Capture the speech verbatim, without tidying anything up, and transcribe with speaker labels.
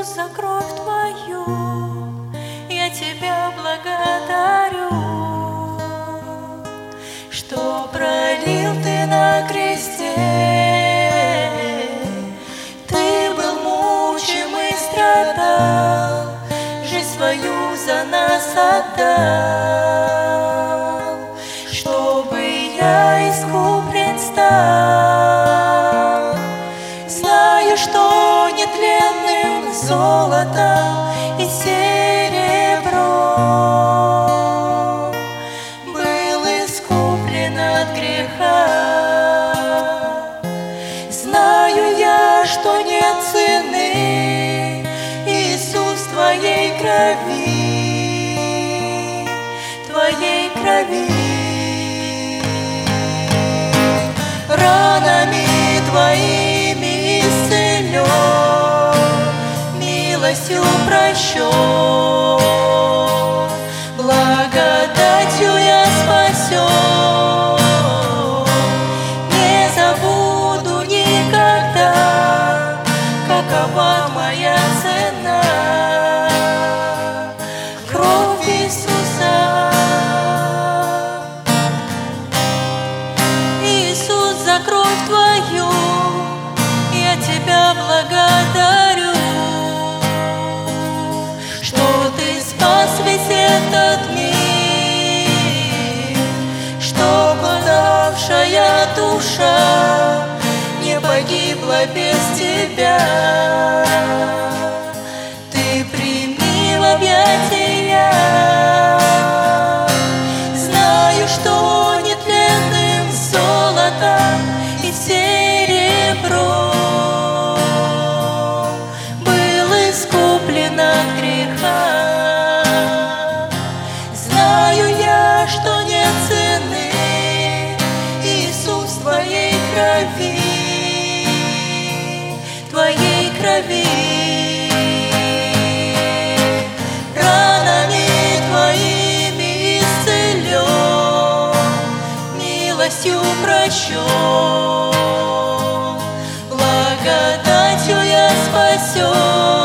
Speaker 1: Иисус, за кровь Твою я Тебя благодарю, что пролил Ты на кресте. Ты был мучим и страдал, жизнь свою за нас отдал, чтобы я искуплен стал. Знаю, что нетленным золотом и серебром был искуплен от греха. Знаю я, что нет цены, Иисус, Твоей крови, Твоей крови. Ранами Твоими исцелен, милостью прощен, благодатью я спасен. Не забуду никогда, какова моя цена. Кровь Иисуса. Иисус, за кровь Твою я Тебя благодарю, что Ты спас весь этот мир, что подавшая душа не погибла без Тебя. Ты прими в объятия. Знаю, что нетленным золотом и серебром был искуплен от греха. Знаю я, что нет цены, Иисус, Твоей крови, Твоей крови. Ранами Твоими исцелен, милостью прощен, благодатью я спасен.